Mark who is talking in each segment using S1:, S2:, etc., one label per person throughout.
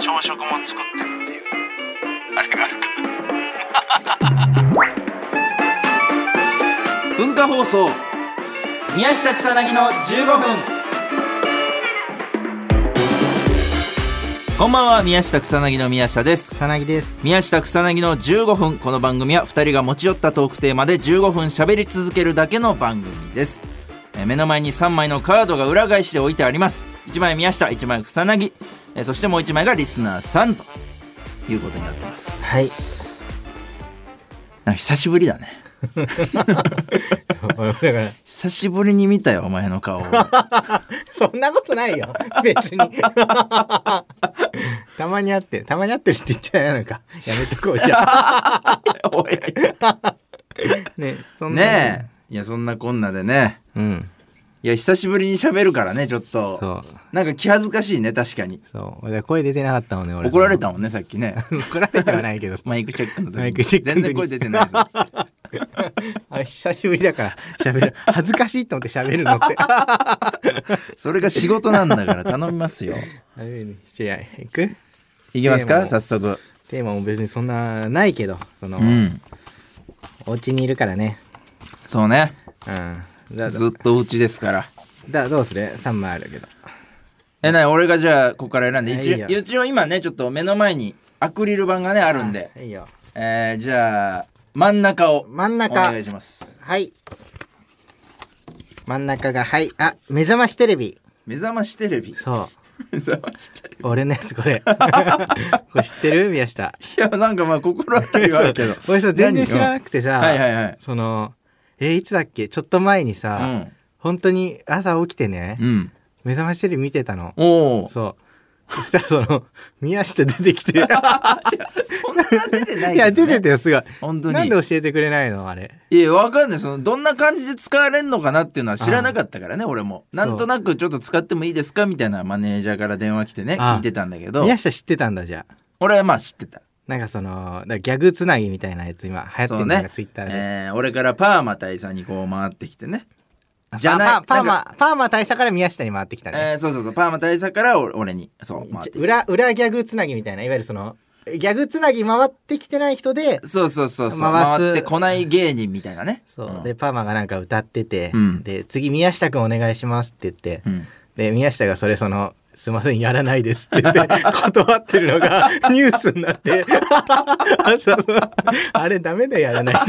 S1: 朝食も作ってるっていうあれがあるから文化放送宮下草薙の15分。こんばんは、宮下草薙の宮下です。
S2: 草薙です。
S1: 宮下草薙の15分。この番組は2人が持ち寄ったトークテーマで15分喋り続けるだけの番組です。目の前に3枚のカードが裏返しで置いてあります。1枚宮下、1枚草薙、そしてもう1枚がリスナーさんということになってます。
S2: はい。
S1: なんか久しぶりだね
S2: だから
S1: 久しぶりに見たよお前の顔
S2: そんなことないよ別にたまに会ってるって言っちゃうのか、やめとこうじゃあ
S1: おい
S2: ね
S1: え、いやそんなこんなでね、いや久しぶりに喋るからね、ちょっと
S2: そう
S1: なんか気恥ずかしいね。確かに
S2: そう俺声出てなかったもんね。俺
S1: 怒られたもんねさっきね
S2: 怒られてはないけど
S1: マイクチェックの時
S2: マイクチェックの時
S1: 全然声出てないぞ
S2: あ、久しぶりだから喋る恥ずかしいと思って喋るのって
S1: それが仕事なんだから頼みますよ
S2: じゃあ行く？
S1: いきますか。早速
S2: テーマも別にそんなないけど、その、お家にいるからね。
S1: そうね、
S2: ず
S1: っとお家ですから。
S2: どうする？3枚あるけど。
S1: 俺がじゃあここから選んで、
S2: いいよ
S1: 一応今ねちょっと目の前にアクリル板がねあるんで、
S2: いいよ。
S1: じゃあ真ん中をお願いします。
S2: はい。真ん中が目覚ましテレビ。
S1: 目覚ましテレビ。
S2: そう
S1: 目覚ましテレビ。
S2: 俺のやつこれこれ知ってる？宮下。
S1: いやなんかまあ心当たりはあるけど
S2: 俺さ全然知らなくてさ、そのいつだっけ、ちょっと前にさ、本当に朝起きてね、目覚ましテレビ見てたの。そうそしたらその宮下出てきてそん
S1: な出てないけど、ね、
S2: いや出てたよすごい。
S1: 本当に
S2: なんで教えてくれないのあれ。
S1: いやわかんない、そのどんな感じで使われるのかなっていうのは知らなかったからね。俺もなんとなくちょっと使ってもいいですかみたいなマネージャーから電話来てね聞いてたんだけど。
S2: 宮下知ってたんだ。じゃあ
S1: 俺はまあ知ってた。
S2: なんかそのギャグつなぎみたいなやつ今流行ってるんだよ、ツイッターで。
S1: 俺からパーマ大佐にこう回ってきてね。
S2: じゃないパーマ大佐から宮下に回ってきたね。
S1: そうパーマ大佐から俺にそう回ってきて、
S2: 裏ギャグつなぎみたいな、いわゆるそのギャグつなぎ回ってきてない人で
S1: そう回ってこない芸人みたいなね。
S2: でパーマがなんか歌ってて、で次宮下くんお願いしますって言って、で宮下がそれすいませんやらないですって言って断ってるのがニュースになってあれダメだよ、やらないと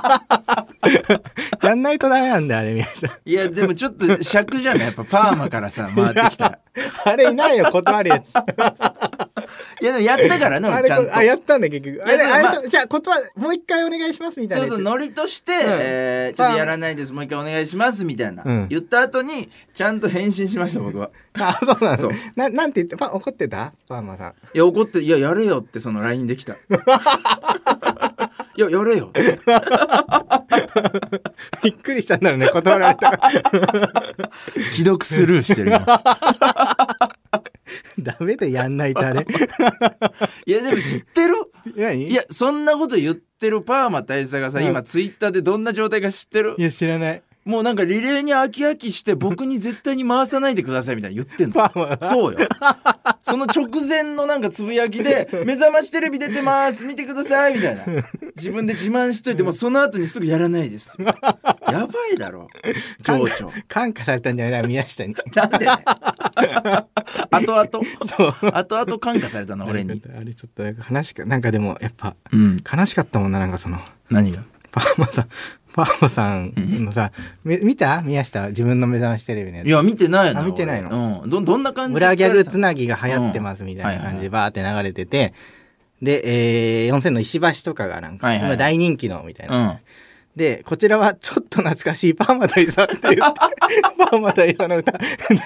S2: やんないとダメなんだよあれ宮下。
S1: いやでもちょっと尺じゃないやっぱパーマからさ回ってきたら
S2: あれいないよ断るやつ
S1: いやでもやったからね俺ちゃんと。
S2: やったんだ結局。じゃあもう一回お願いしますみたいな。
S1: そうノリとして、ちょっとやらないですもう一回お願いしますみたいな、言った後にちゃんと返信しました僕は。
S2: そうなんです。なんて言って怒ってたパーマさん。
S1: いや怒って、いややれよってその LINE できたいややれよって
S2: びっくりしたんだろうね、断られた
S1: 既読スルーしてる
S2: ダメでやんないとあれ
S1: いやでも知ってる？
S2: 何？
S1: いやそんなこと言ってるパーマ大佐がさ、今ツイッターでどんな状態か知ってる？
S2: いや知らない。
S1: もうなんかリレーに飽きして僕に絶対に回さないでくださいみたいな言ってんのそうよその直前のなんかつぶやきで目覚ましテレビ出てます見てくださいみたいな自分で自慢しといてもその後にすぐやらないですやばいだろ情緒
S2: 感化されたんじゃない宮下に
S1: なんでね後々感化されたの俺に。
S2: あれちょっと悲しくなんかでもやっぱ、悲しかったもんな。なんかその
S1: 何が
S2: パーマさんのさ、見た宮下自分の目覚ましテレビのやつ。
S1: いや見てないの。
S2: 見てないの。
S1: どんな感じで
S2: 裏ギャグつなぎが流行ってますみたいな感じでバーって流れてて、で、4000の石橋とかがなんか今大人気のみたいな、でこちらはちょっと懐かしいパーマ大佐って言ってパーマ大佐の歌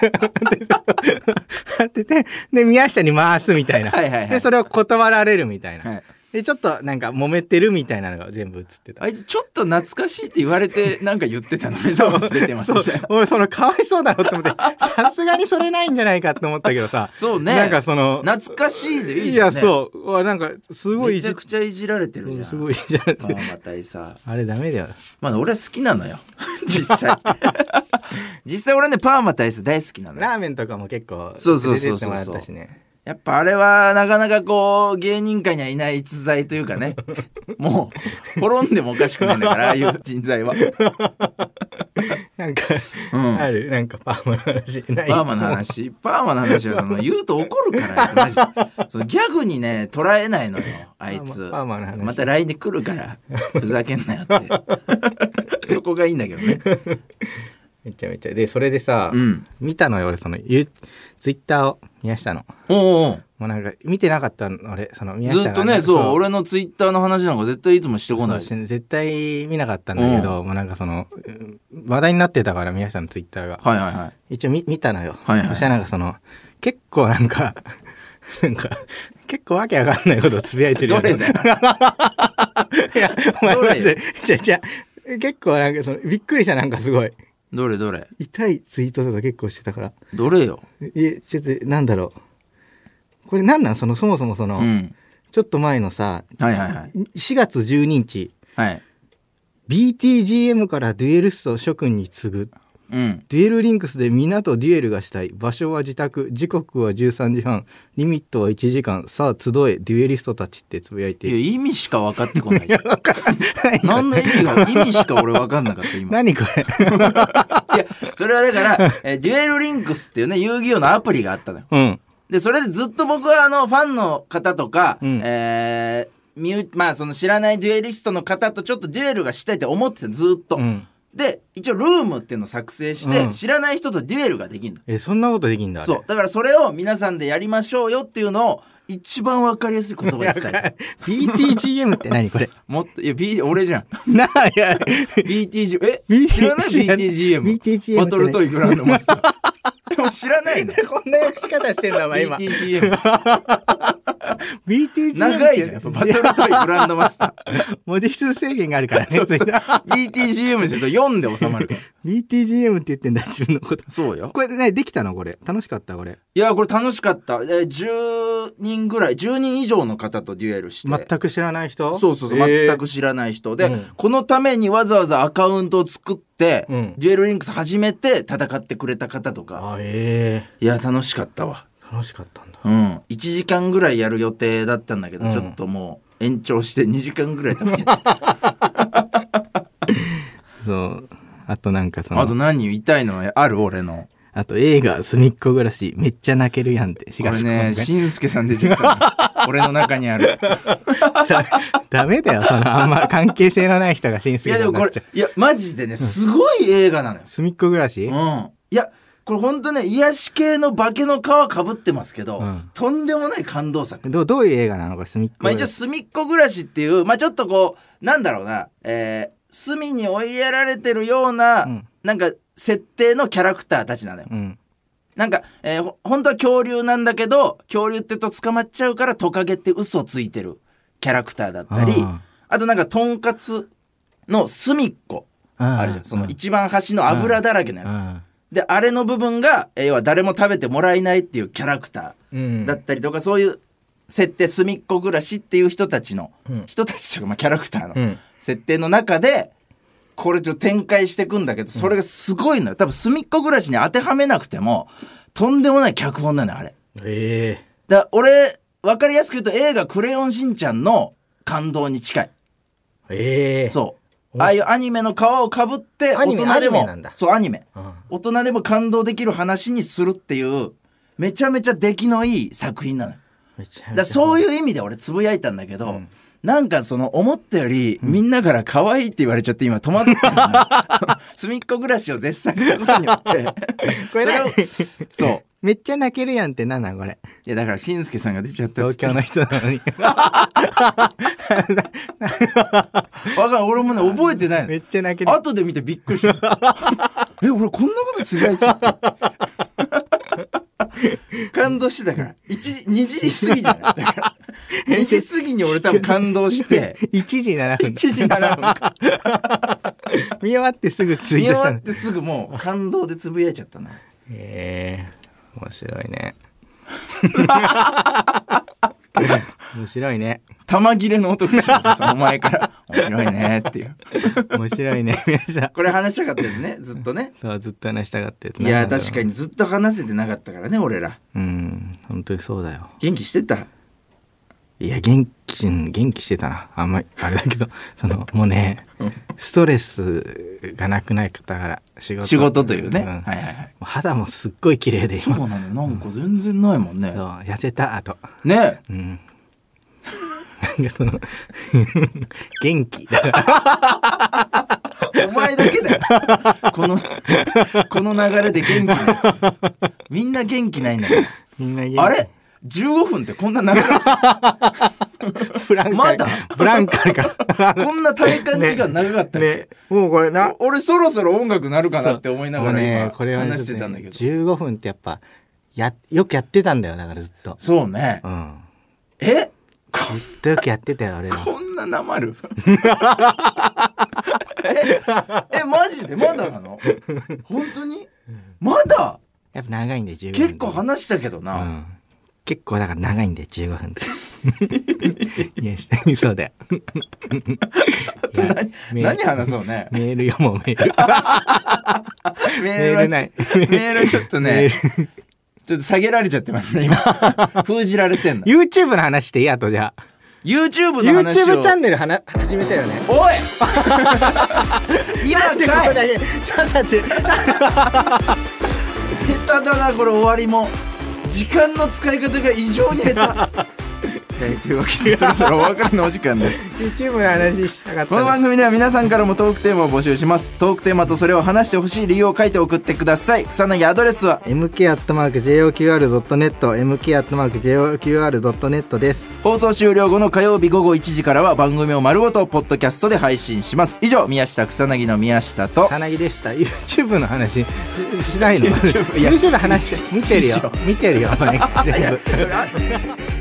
S2: ってて、で宮下に回すみたいな、でそれを断られるみたいな、でちょっとなんか揉めてるみたいなのが全部映ってた。
S1: あいつちょっと懐かしいって言われてなんか言ってたのねそう出てますみたいな。
S2: 俺そのかわいそうだろって思ってさすがにそれないんじゃないかって思ったけどさ
S1: そうね、
S2: なんかその
S1: 懐かしいでいいじゃんね。
S2: いやそうなんかすごい
S1: めちゃくちゃいじられてるじゃん。
S2: すごいいじられてる。
S1: またいさ
S2: あれダメだよ。
S1: まだ俺は好きなのよ実際俺ねパーマ大佐大好きなのよ。
S2: ラーメンとかも結構
S1: そう
S2: 出てってもらったしね。
S1: やっぱあれはなかなかこう芸人界にはいない逸材というかねもう滅んでもおかしくないんだからああいう人材は
S2: なんか、あるなんかパーマの話ない？
S1: パーマの話はその言うと怒るからあいつマジでそのギャグにね捉えないのよあいつ。
S2: パーマの話
S1: また LINE で来るからふざけんなよってそこがいいんだけどね
S2: めちゃめちゃでそれでさ、見たのよ俺そのツイッターを見やしたの。もうなんか見てなかったの俺その見やした
S1: ずっとねそう俺のツイッターの話なんか絶対いつもしてこない。
S2: 絶対見なかったんだけど、もうなんかその話題になってたから宮下のツイッターが、一応見たのよ、そしたらなんかその結構なんか結構わけわかんないことをつぶやいてるよ、ね、
S1: どれだよ
S2: いやお前マジでじゃ結構なんかそのびっくりしたなんかすごい
S1: どれ
S2: 痛いツイートとか結構してたから。
S1: どれよ
S2: ちょっとなんだろうこれなんそもそもその、ちょっと前のさ、4月12日、BTGM からデュエリスト諸君に次ぐ、デュエルリンクスで皆とデュエルがしたい、場所は自宅、時刻は13時半、リミットは1時間、さあ集えデュエリストたちってつぶやいて。
S1: いや意味しか分かってこないじゃん何の意味しか俺分かんなかった今
S2: 何これ
S1: いやそれはだからデュエルリンクスっていうね遊戯王のアプリがあったのよ、でそれでずっと僕はファンの方とか、まあその知らないデュエリストの方とちょっとデュエルがしたいって思ってたずっと、で一応ルームっていうのを作成して、知らない人とデュエルができるの。
S2: そんなことできんだ。
S1: そうだからそれを皆さんでやりましょうよっていうのを一番わかりやすい言葉で伝える
S2: BTGM って何これ
S1: もっといや俺じゃん
S2: いや
S1: BTGM 知らない BTGM バトルトイグランドマスターでも知らないね
S2: こんな訳し方してんだお前今
S1: BTGM
S2: BTGM
S1: 長いじゃんやっぱバトルトイグランドマスタ
S2: ー文字数制限があるからね
S1: BTGM すると4で収まるから
S2: BTGM って言ってんだ自分のこと。
S1: そうよ。
S2: これねできたのこれ楽しかったこれ。
S1: いやこれ楽しかった。10人以上の方とデュエルして
S2: 全く知らない人。
S1: そう全く知らない人で、このためにわざわざアカウントを作って、デュエルリンクス始めて戦ってくれた方とか。いや楽しかったわ。
S2: 楽しかったんだ。
S1: 1時間ぐらいやる予定だったんだけど、ちょっともう延長して2時間ぐらい食べて
S2: そうあとなんかその
S1: あと何言いたいのある俺の。
S2: あと映画すみっこ暮らしめっちゃ泣けるやんって4月
S1: これねしんすけさん出ちゃった俺の中にある
S2: ダメだよそのあんま関係性のない人がしんすけさんになっちゃう。
S1: いやマジでねすごい映画なのよ
S2: すみっこ暮らし。
S1: いやこれほんとね癒し系の化けの皮かぶってますけど、とんでもない感動作。
S2: どういう映画なのこれすみっこ。
S1: 一応すみっこ暮らしっていうちょっとこうなんだろうな隅に追いやられてるような、なんか設定のキャラクターたちなのよ、なんか、本当は恐竜なんだけど恐竜ってと捕まっちゃうからトカゲって嘘ついてるキャラクターだったり、あとなんかとんかつの隅っこあるじゃん、その一番端の油だらけのやつ、であれの部分が、要は誰も食べてもらえないっていうキャラクターだったりとか、そういう設定隅っこ暮らしっていう人たちとか、キャラクターの設定の中でこれちょっと展開していくんだけど、それがすごいのよ。多分隅っこ暮らしに当てはめなくてもとんでもない脚本なのよあれ。だ俺分かりやすく言うと映画クレヨンしんちゃんの感動に近い。そうああいうアニメの皮をかぶって大人でもアニメ、大人でも感動できる話にするっていうめちゃめちゃ出来のいい作品なのよ。だそういう意味で俺つぶやいたんだけど、なんかその思ったよりみんなから可愛いって言われちゃって今戸惑ってる隅っこ暮らしを絶賛したことによって
S2: これ
S1: そう
S2: めっちゃ泣けるやんって何なんこれ。
S1: いやだからしんすけさんが出ちゃった
S2: 東京の人なのに
S1: わかん俺もね覚えてないの。
S2: めっちゃ泣ける。
S1: 後で見てびっくりした俺こんなことつぶやいてた感動してたから2時過ぎじゃないだから2時過ぎに俺多分感動して
S2: 1時7分
S1: 1時7分か
S2: 見終わってすぐツイートしたの。
S1: 見終わってすぐもう感動でつぶやいちゃったな。
S2: 面白いね面白いね。
S1: 玉切れの音がしたお前から面白いねっていう
S2: 面白いね宮下。
S1: これ話したかったですね、ずっとね。
S2: そうずっと話したかったやつ。
S1: いや確かにずっと話せてなかったからね俺ら。
S2: 本当にそうだよ。
S1: 元気してた？
S2: いや元気してたな。あんまりあれだけどもうねストレスがなくない方から仕
S1: 事というね、はいはいはい、
S2: 肌もすっごい綺麗で。
S1: そうなの、なんか全然ないもんね。
S2: そう痩せたあと
S1: ね。
S2: なんか元気だから
S1: お前だけだよこの流れで元気なやつ。みんな元気ないんだから。
S2: みんな元気。
S1: あれ15分ってこんな長いまだ
S2: ブランカルから
S1: こんな体感時間長かったっけ、ね、
S2: もうこれな、
S1: 俺そろそろ音楽なるかなって思いながら今
S2: これは、
S1: 話してたんだけど、
S2: 15分ってやっぱよくやってたんだよ。だからずっと。
S1: そうね、ずっ
S2: とよくやってたよ俺ら。
S1: こんななまるマジでまだなの？本当にまだ？
S2: やっぱ長いんで15分。
S1: 結構話したけどな、
S2: 結構だから長いんで15分いやそうだよ
S1: 何話そうね。
S2: メール読もう。メールない。
S1: メールちょっとねちょっと下げられちゃってますね今封じられてんの。
S2: YouTube の話していい？あとじゃあ
S1: YouTube の話を
S2: YouTube チャンネル始めたよね。
S1: おい今かい
S2: ちょっと待って
S1: 下手だなこれ。終わりも時間の使い方が異常に下手というわけでそろそろお別れのお時間です。
S2: YouTube の話したかった。
S1: この番組では皆さんからもトークテーマを募集します。トークテーマとそれを話してほしい理由を書いて送ってください。草薙アドレスは
S2: mk@joqr.net mk@joqr.net です。
S1: 放送終了後の火曜日午後1時からは番組を丸ごとポッドキャストで配信します。以上宮下草薙の宮下と
S2: 草薙でした。 YouTube の話しないの？ YouTube の話見てるよ全部